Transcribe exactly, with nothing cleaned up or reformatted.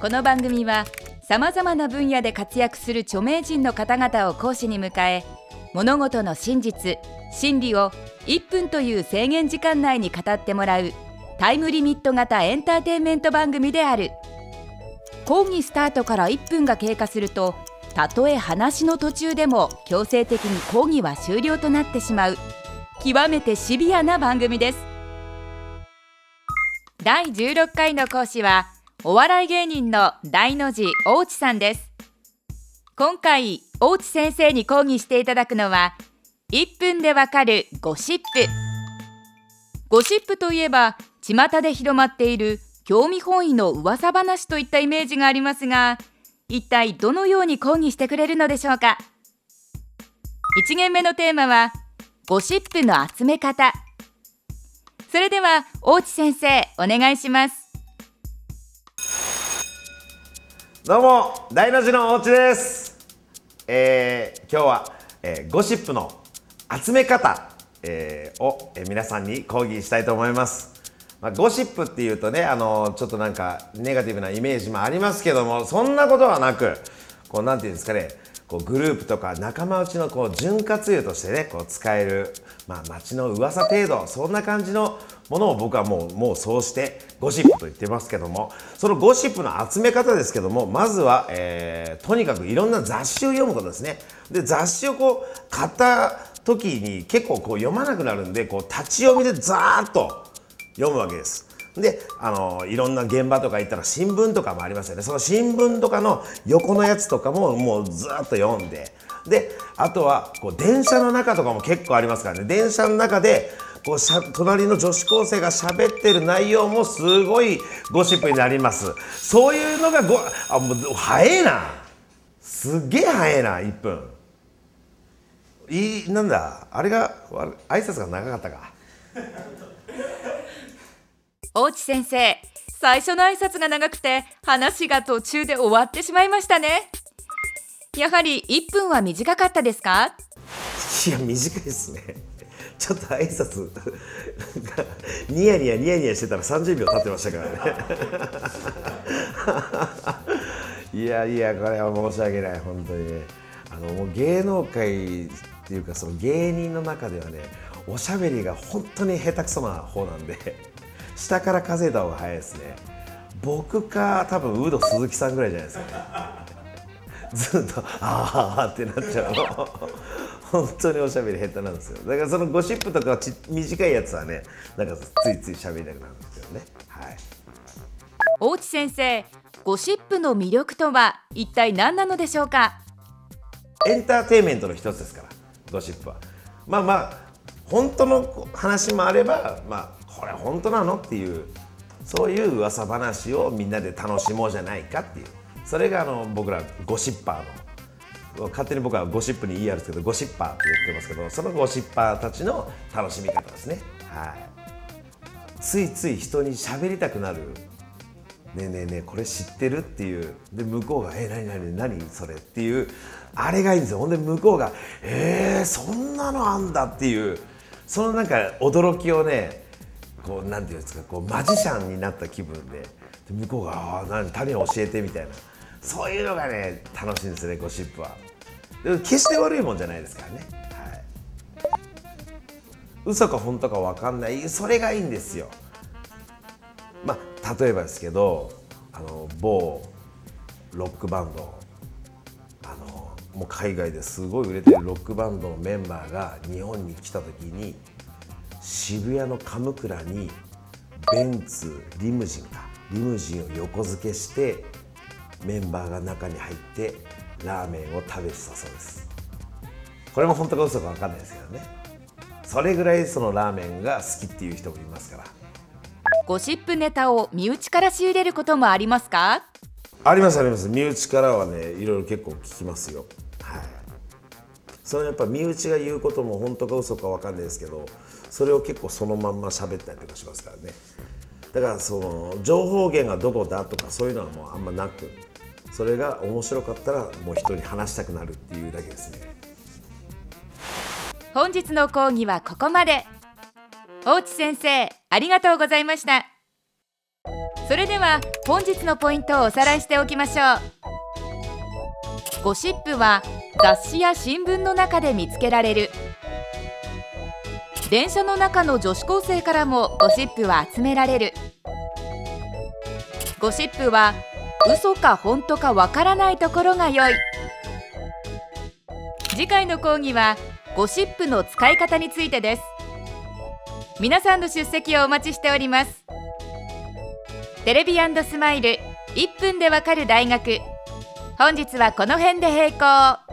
この番組はさまざまな分野で活躍する著名人の方々を講師に迎え、物事の真実、真理をいっぷんという制限時間内に語ってもらうタイムリミット型エンターテインメント番組である。講義スタートからいっぷんが経過すると、たとえ話の途中でも強制的に講義は終了となってしまう極めてシビアな番組です。だいじゅうろっかいの講師はお笑い芸人の大の字大地さんです。今回大地先生に講義していただくのはいっぷんでわかるゴシップ。ゴシップといえば巷で広まっている興味本位の噂話といったイメージがありますが、一体どのように講義してくれるのでしょうか。いち限目のテーマはゴシップの集め方。それでは大地先生、お願いします。 どうも、大の字の大地です。えー、今日は、えー、ゴシップの集め方、えー、を、えー、皆さんに講義したいと思います。まあ、ゴシップっていうとね、あのちょっとなんかネガティブなイメージもありますけども、そんなことはなく、こうなんていうんですかね、こうグループとか仲間内のこう潤滑油としてね、こう使える、まあ、街の噂程度、そんな感じのものを僕はもうもうそうしてゴシップと言ってますけども、そのゴシップの集め方ですけども、まずは、えー、とにかくいろんな雑誌を読むことですね。で、雑誌をこう買った時に結構こう読まなくなるんで、こう立ち読みでザーッと読むわけです。で、あのいろんな現場とか行ったら新聞とかもありますよね。その新聞とかの横のやつとかももうずっと読んで、であとはこう電車の中とかも結構ありますからね。電車の中でこうしゃ隣の女子高生が喋ってる内容もすごいゴシップになります。そういうのがごあもう早えな、すっげえ早えないっぷんいい。なんだあれが挨拶が長かったか。 大地先生、最初の挨拶が長くて話が途中で終わってしまいましたね。やはりいっぷんは短かったですか？ いや、短いですね。ちょっと挨拶がニヤニヤニヤニヤしてたらさんじゅうびょう経ってましたからね。いやいや、これは申し訳ない、本当にね。あのもう芸能界っていうか、その芸人の中ではね、おしゃべりが本当に下手くそな方なんで、下から稼いだ方が早いですね。僕か多分ウド鈴木さんぐらいじゃないですかね。ずっとあーってなっちゃうの。本当におしゃべり下手なんですよ。だからそのゴシップとかち短いやつはね、なんかついつい喋りたくなるんですけどね。はい。 大地先生、ゴシップの魅力とは一体何なのでしょうか？ エンターテインメントの一つですから、ゴシップは。まあまあ本当の話もあれば、まあこれ本当なのっていう、そういう噂話をみんなで楽しもうじゃないかっていう、それがあの僕らゴシッパーの、勝手に僕はゴシップに言いあるんですけど、ゴシッパーって言ってますけど、そのゴシッパーたちの楽しみ方ですね。はい。ついつい人に喋りたくなる。ねえねえねえ、これ知ってるっていう。で向こうがえ何何何それっていう、あれがいいんですよ。ほんで向こうがえー、そんなのあんだっていう、そのなんか驚きをね、こうなんていうんですか、こうマジシャンになった気分で、で向こうがあ何他に教えてみたいな、そういうのがね楽しいんですね、ゴシップは。でも決して悪いもんじゃないですからね。はい。嘘か本当か分かんない、それがいいんですよ。まあ例えばですけど、あの某ロックバンド、あのもう海外ですごい売れてるロックバンドのメンバーが日本に来た時に、渋谷のカムクラにベンツリムジンかリムジンを横付けしてメンバーが中に入ってラーメンを食べてたそうです。これも本当か嘘か分かんないですけどね。それぐらいそのラーメンが好きっていう人もいますから。 ゴシップネタを身内から仕入れることもありますか？ ありますあります。身内からはね、いろいろ結構聞きますよ。はい。それやっぱ身内が言うことも本当か嘘か分かんないですけど、それを結構そのまんま喋ったりとかしますからね。だからその情報源がどこだとかそういうのはもうあんまなく、それが面白かったらもう人に話したくなるっていうだけですね。 本日の講義はここまで。大地先生、ありがとうございました。 それでは本日のポイントをおさらいしておきましょう。ゴシップは雑誌や新聞の中で見つけられる。電車の中の女子高生からもゴシップは集められる。ゴシップは嘘か本当かわからないところが良い。次回の講義はゴシップの使い方についてです。皆さんの出席をお待ちしております。テレビ&スマイルいっぷんでわかる大学。本日はこの辺で閉校。